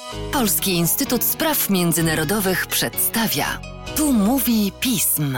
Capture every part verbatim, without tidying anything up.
Polski Instytut Spraw Międzynarodowych przedstawia. Tu mówi pism.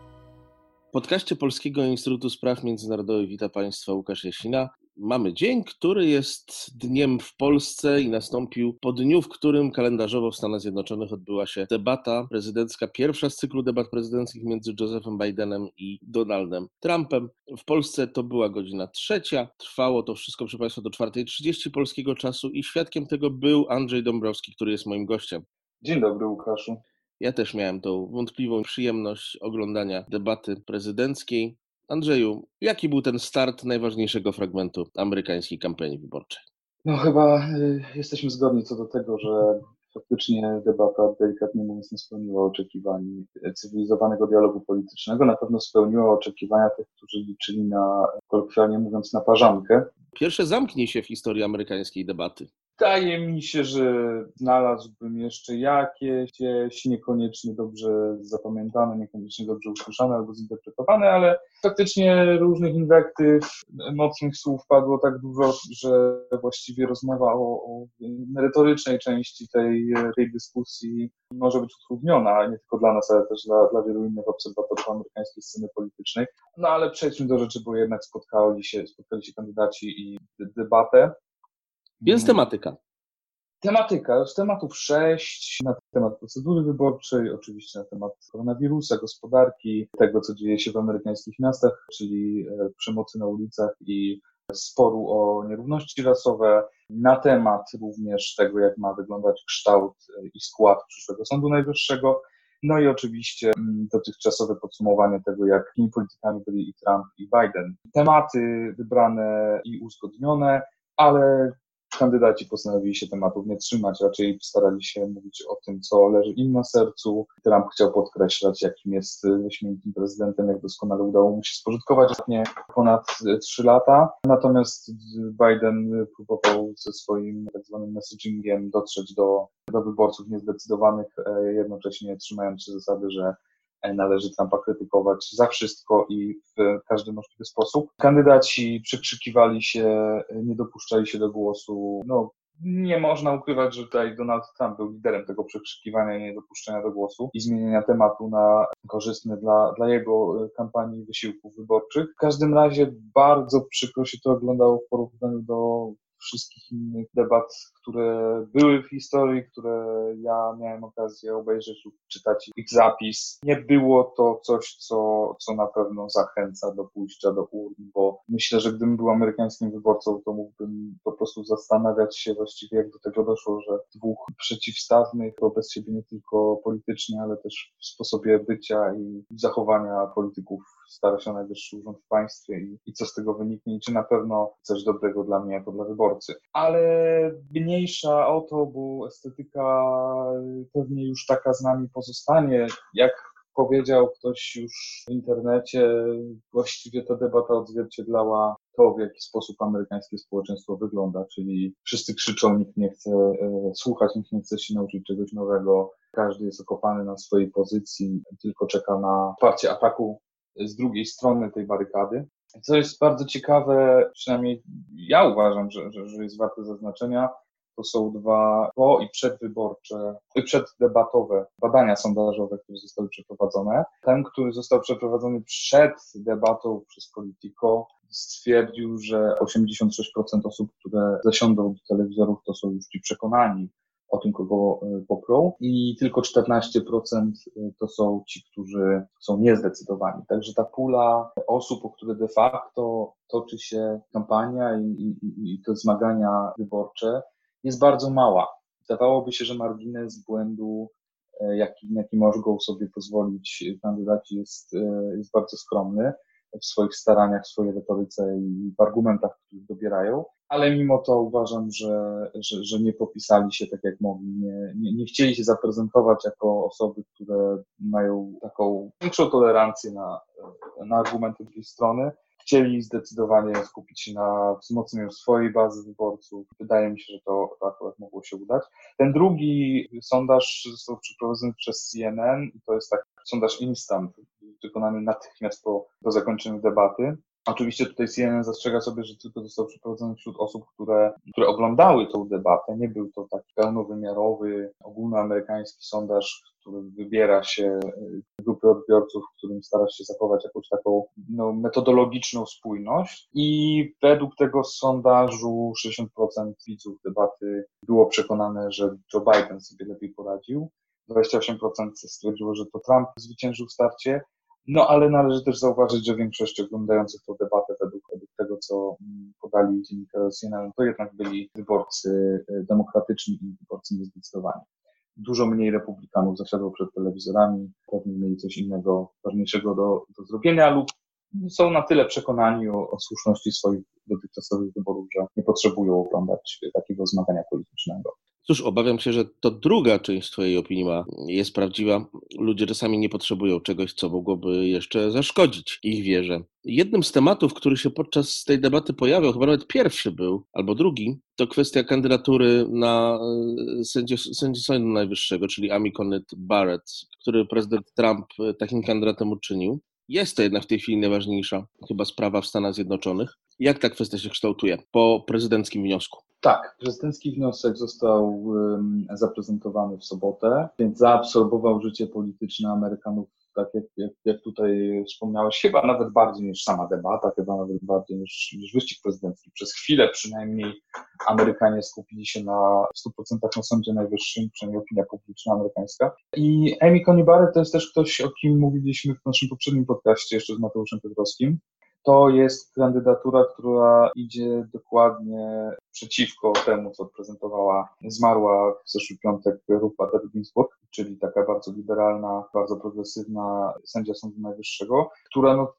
W podcaście Polskiego Instytutu Spraw Międzynarodowych wita Państwa Łukasz Jasina. Mamy dzień, który jest dniem w Polsce i nastąpił po dniu, w którym kalendarzowo w Stanach Zjednoczonych odbyła się debata prezydencka, pierwsza z cyklu debat prezydenckich między Josephem Bidenem i Donaldem Trumpem. W Polsce to była godzina trzecia. Trwało to wszystko, proszę Państwa, do czwartej trzydzieści polskiego czasu i świadkiem tego był Andrzej Dąbrowski, który jest moim gościem. Dzień dobry, Łukaszu. Ja też miałem tą wątpliwą przyjemność oglądania debaty prezydenckiej. Andrzeju, jaki był ten start najważniejszego fragmentu amerykańskiej kampanii wyborczej? No chyba y, jesteśmy zgodni co do tego, że faktycznie debata, delikatnie mówiąc, nie spełniła oczekiwań cywilizowanego dialogu politycznego. Na pewno spełniła oczekiwania tych, którzy liczyli na, kolokwialnie mówiąc, na parzankę. Pierwsze zamknij się w historii amerykańskiej debaty. Wydaje mi się, że znalazłbym jeszcze jakieś gdzieś niekoniecznie dobrze zapamiętane, niekoniecznie dobrze usłyszane albo zinterpretowane, ale faktycznie różnych inwektyw, mocnych słów padło tak dużo, że właściwie rozmowa o, o merytorycznej części tej, tej dyskusji może być utrudniona, nie tylko dla nas, ale też dla, dla wielu innych obserwatorów amerykańskiej sceny politycznej. No ale przejdźmy do rzeczy, bo jednak spotkali się, spotkali się kandydaci i debatę. Więc tematyka. Tematyka, z tematów sześć, na temat procedury wyborczej, oczywiście na temat koronawirusa, gospodarki, tego, co dzieje się w amerykańskich miastach, czyli przemocy na ulicach i sporu o nierówności rasowe, na temat również tego, jak ma wyglądać kształt i skład przyszłego Sądu Najwyższego, no i oczywiście dotychczasowe podsumowanie tego, jakimi politykami byli i Trump, i Biden. Tematy wybrane i uzgodnione, ale kandydaci postanowili się tematów nie trzymać, raczej starali się mówić o tym, co leży im na sercu. Trump chciał podkreślać, jakim jest wyśmienitym prezydentem, jak doskonale udało mu się spożytkować ostatnie ponad trzy lata. Natomiast Biden próbował ze swoim tak zwanym messagingiem dotrzeć do, do wyborców niezdecydowanych, jednocześnie trzymając się zasady, że należy Trumpa krytykować za wszystko i w każdy możliwy sposób. Kandydaci przekrzykiwali się, nie dopuszczali się do głosu. No, nie można ukrywać, że tutaj Donald Trump był liderem tego przekrzykiwania i niedopuszczenia do głosu i zmienienia tematu na korzystny dla, dla jego kampanii i wysiłków wyborczych. W każdym razie bardzo przykro się to oglądało w porównaniu do wszystkich innych debat, które były w historii, które ja miałem okazję obejrzeć lub czytać ich zapis. Nie było to coś, co, co na pewno zachęca do pójścia do urn, bo myślę, że gdybym był amerykańskim wyborcą, to mógłbym po prostu zastanawiać się właściwie, jak do tego doszło, że dwóch przeciwstawnych wobec siebie nie tylko politycznie, ale też w sposobie bycia i zachowania polityków stara się o najwyższy urząd w państwie i, i co z tego wyniknie i czy na pewno coś dobrego dla mnie jako dla wyborcy. Ale mniejsza o to, bo estetyka pewnie już taka z nami pozostanie. Jak powiedział ktoś już w internecie, właściwie ta debata odzwierciedlała to, w jaki sposób amerykańskie społeczeństwo wygląda, czyli wszyscy krzyczą, nikt nie chce e, słuchać, nikt nie chce się nauczyć czegoś nowego, każdy jest okopany na swojej pozycji, tylko czeka na wsparcie ataku z drugiej strony tej barykady. Co jest bardzo ciekawe, przynajmniej ja uważam, że, że, że jest warte zaznaczenia, to są dwa po- i przedwyborcze, przeddebatowe badania sondażowe, które zostały przeprowadzone. Ten, który został przeprowadzony przed debatą przez Politico, stwierdził, że osiemdziesiąt sześć procent osób, które zasiądą do telewizorów, to są już ci przekonani o tym, kogo poprą i tylko czternaście procent to są ci, którzy są niezdecydowani. Także ta pula osób, o które de facto toczy się kampania i, i, i te zmagania wyborcze jest bardzo mała. Wydawałoby się, że margines błędu, jaki, jaki mogą sobie pozwolić kandydaci, jest, jest bardzo skromny w swoich staraniach, w swojej retoryce i w argumentach, które dobierają, ale mimo to uważam, że, że, że nie popisali się tak jak mogli, nie, nie, nie chcieli się zaprezentować jako osoby, które mają taką większą tolerancję na, na argumenty drugiej strony. Chcieli zdecydowanie skupić się na wzmocnieniu swojej bazy wyborców. Wydaje mi się, że to, to akurat mogło się udać. Ten drugi sondaż został przeprowadzony przez C N N i to jest taki sondaż instant, wykonany natychmiast po, po zakończeniu debaty. Oczywiście tutaj C N N zastrzega sobie, że tylko został przeprowadzony wśród osób, które, które oglądały tę debatę. Nie był to taki pełnowymiarowy, ogólnoamerykański sondaż, który wybiera się grupy odbiorców, w którym stara się zachować jakąś taką no, metodologiczną spójność. I według tego sondażu sześćdziesiąt procent widzów debaty było przekonane, że Joe Biden sobie lepiej poradził. dwadzieścia osiem procent stwierdziło, że to Trump zwyciężył w starcie. No ale należy też zauważyć, że większość oglądających tę debatę według, według tego, co podali dziennikarze C N N, to jednak byli wyborcy demokratyczni i wyborcy niezdecydowani. Dużo mniej republikanów zasiadło przed telewizorami, pewnie mieli coś innego, ważniejszego do, do zrobienia lub są na tyle przekonani o, o słuszności swoich dotychczasowych wyborów, że nie potrzebują oglądać takiego zmagania politycznego. Cóż, obawiam się, że to druga część twojej opinii ma, jest prawdziwa. Ludzie czasami nie potrzebują czegoś, co mogłoby jeszcze zaszkodzić ich wierze. Jednym z tematów, który się podczas tej debaty pojawiał, chyba nawet pierwszy był, albo drugi, to kwestia kandydatury na sędzię, sędzię Sądu Najwyższego, czyli Amy Coney Barrett, który prezydent Trump takim kandydatem uczynił. Jest to jednak w tej chwili najważniejsza chyba sprawa w Stanach Zjednoczonych. Jak ta kwestia się kształtuje po prezydenckim wniosku? Tak, prezydencki wniosek został um, zaprezentowany w sobotę, więc zaabsorbował życie polityczne Amerykanów, tak jak, jak, jak tutaj wspomniałeś, chyba nawet bardziej niż sama debata, chyba nawet bardziej niż, niż wyścig prezydencki. Przez chwilę przynajmniej Amerykanie skupili się na stu procentach na Sądzie Najwyższym, przynajmniej opinia publiczna amerykańska. I Amy Coney Barrett to jest też ktoś, o kim mówiliśmy w naszym poprzednim podcaście jeszcze z Mateuszem Piotrowskim. To jest kandydatura, która idzie dokładnie przeciwko temu, co prezentowała zmarła w zeszły piątek Ruth Bader Ginsburg, czyli taka bardzo liberalna, bardzo progresywna sędzia Sądu Najwyższego, która no,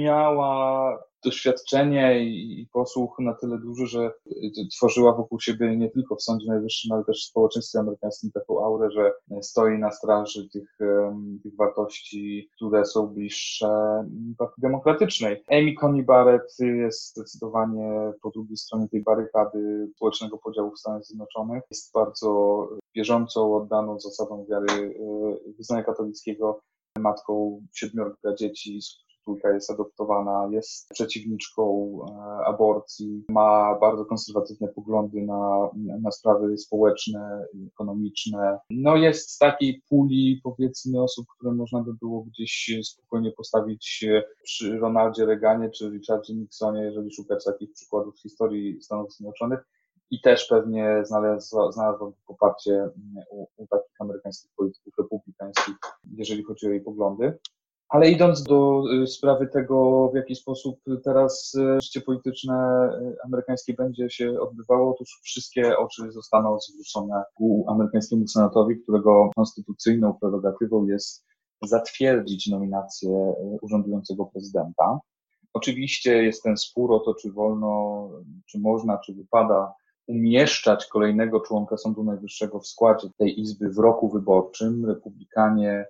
miała doświadczenie i, i posłuch na tyle duży, że tworzyła wokół siebie nie tylko w Sądzie Najwyższym, ale też w społeczeństwie amerykańskim taką aurę, że stoi na straży tych, tych wartości, które są bliższe Partii Demokratycznej. Amy Coney Barrett jest zdecydowanie po drugiej stronie tej barykady społecznego podziału w Stanach Zjednoczonych. Jest bardzo bieżącą, oddaną zasadom wiary wyznania katolickiego, matką siedmiorga dzieci, trójka jest adoptowana, jest przeciwniczką aborcji, ma bardzo konserwatywne poglądy na, na sprawy społeczne, ekonomiczne. No jest z takiej puli, powiedzmy, osób, które można by było gdzieś spokojnie postawić przy Ronaldzie Reaganie czy Richardzie Nixonie, jeżeli szukać takich przykładów z historii Stanów Zjednoczonych. I też pewnie znalazła, znalazła poparcie u, u takich amerykańskich polityków republikańskich, jeżeli chodzi o jej poglądy. Ale idąc do sprawy tego, w jaki sposób teraz życie polityczne amerykańskie będzie się odbywało, otóż wszystkie oczy zostaną zwrócone ku amerykańskiemu senatowi, którego konstytucyjną prerogatywą jest zatwierdzić nominację urzędującego prezydenta. Oczywiście jest ten spór o to, czy wolno, czy można, czy wypada umieszczać kolejnego członka Sądu Najwyższego w składzie tej izby w roku wyborczym. Republikanie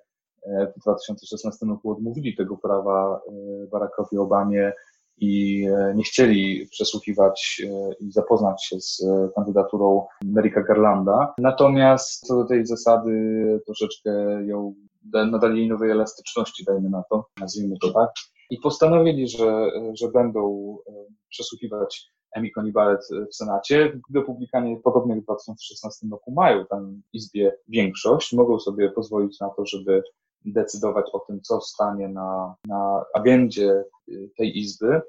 w dwa tysiące szesnastym roku odmówili tego prawa Barackowi Obamie i nie chcieli przesłuchiwać i zapoznać się z kandydaturą Merricka Garlanda. Natomiast co do tej zasady troszeczkę ją, nadali jej nowej elastyczności, dajmy na to, nazwijmy to tak, i postanowili, że, że będą przesłuchiwać Amy Coney Barrett w Senacie. Republikanie, podobnie jak w dwa tysiące szesnastym roku, mają tam w Izbie większość, mogą sobie pozwolić na to, żeby decydować o tym, co stanie na, na agendzie tej Izby.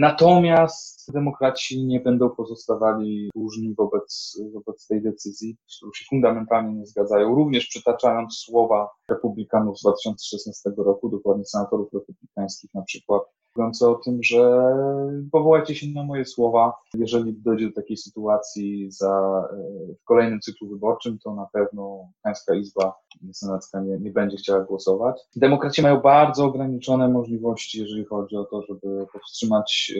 Natomiast demokraci nie będą pozostawali dłużni wobec, wobec tej decyzji, z którą się fundamentalnie nie zgadzają, również przytaczając słowa republikanów z dwa tysiące szesnastego roku, dokładnie senatorów republikańskich na przykład, mówiące o tym, że powołajcie się na moje słowa. Jeżeli dojdzie do takiej sytuacji za, w kolejnym cyklu wyborczym, to na pewno Pańska Izba Senacka nie, nie będzie chciała głosować. Demokraci mają bardzo ograniczone możliwości, jeżeli chodzi o to, żeby powstrzymać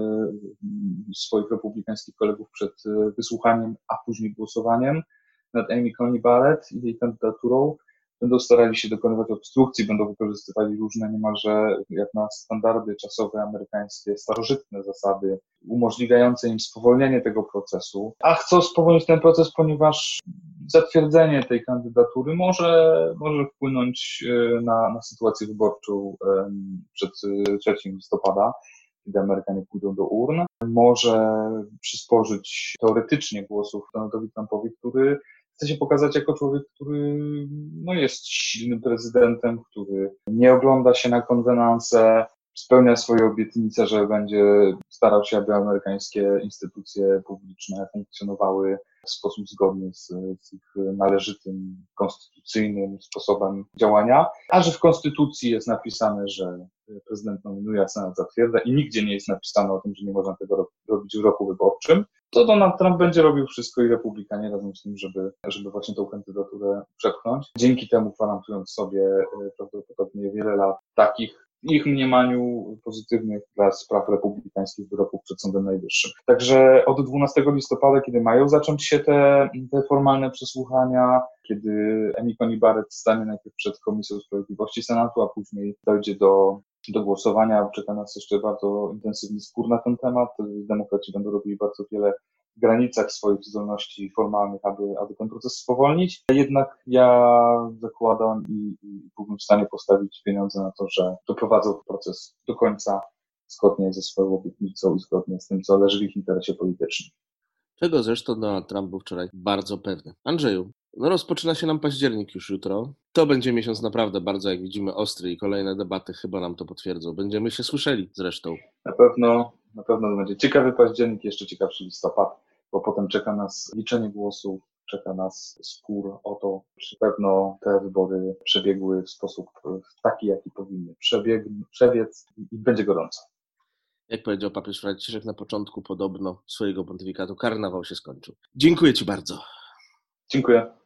e, swoich republikańskich kolegów przed wysłuchaniem, a później głosowaniem nad Amy Coney Barrett i jej kandydaturą. Będą starali się dokonywać obstrukcji, będą wykorzystywali różne niemalże jak na standardy czasowe amerykańskie, starożytne zasady umożliwiające im spowolnienie tego procesu. A chcą spowolnić ten proces, ponieważ zatwierdzenie tej kandydatury może, może wpłynąć na, na sytuację wyborczą przed trzeciego listopada. kiedy Amerykanie pójdą do urn, może przysporzyć teoretycznie głosów Donaldowi Trumpowi, który chce się pokazać jako człowiek, który no, jest silnym prezydentem, który nie ogląda się na konwenanse, spełnia swoje obietnice, że będzie starał się, aby amerykańskie instytucje publiczne funkcjonowały w sposób zgodny z, z ich należytym, konstytucyjnym sposobem działania, a że w konstytucji jest napisane, że prezydent nominuje, a Senat zatwierdza i nigdzie nie jest napisane o tym, że nie można tego robić w roku wyborczym, to Donald Trump będzie robił wszystko i republikanie razem z nim, żeby, żeby właśnie tą kandydaturę przepchnąć. Dzięki temu gwarantując sobie prawdopodobnie wiele lat takich w ich mniemaniu pozytywnych dla spraw republikańskich wyroków przed Sądem Najwyższym. Także od dwunastego listopada, kiedy mają zacząć się te, te formalne przesłuchania, kiedy Amy Coney Barrett stanie najpierw przed Komisją Sprawiedliwości Senatu, a później dojdzie do, do głosowania, czeka nas jeszcze bardzo intensywny spór na ten temat. Demokraci będą robili bardzo wiele w granicach swoich zdolności formalnych, aby, aby ten proces spowolnić. Jednak ja zakładam i, i byłbym w stanie postawić pieniądze na to, że doprowadzą proces do końca zgodnie ze swoją obietnicą i zgodnie z tym, co leży w ich interesie politycznym. Czego zresztą Donald Trump był wczoraj bardzo pewny. Andrzeju, no rozpoczyna się nam październik już jutro. To będzie miesiąc naprawdę bardzo, jak widzimy, ostry i kolejne debaty chyba nam to potwierdzą. Będziemy się słyszeli zresztą. Na pewno, na pewno to będzie ciekawy październik, jeszcze ciekawszy listopad, bo potem czeka nas liczenie głosów, czeka nas spór o to, czy pewno te wybory przebiegły w sposób taki, jaki powinny przebieg, przebiec i będzie gorąco. Jak powiedział papież Franciszek na początku podobno swojego pontyfikatu, karnawał się skończył. Dziękuję Ci bardzo. Dziękuję.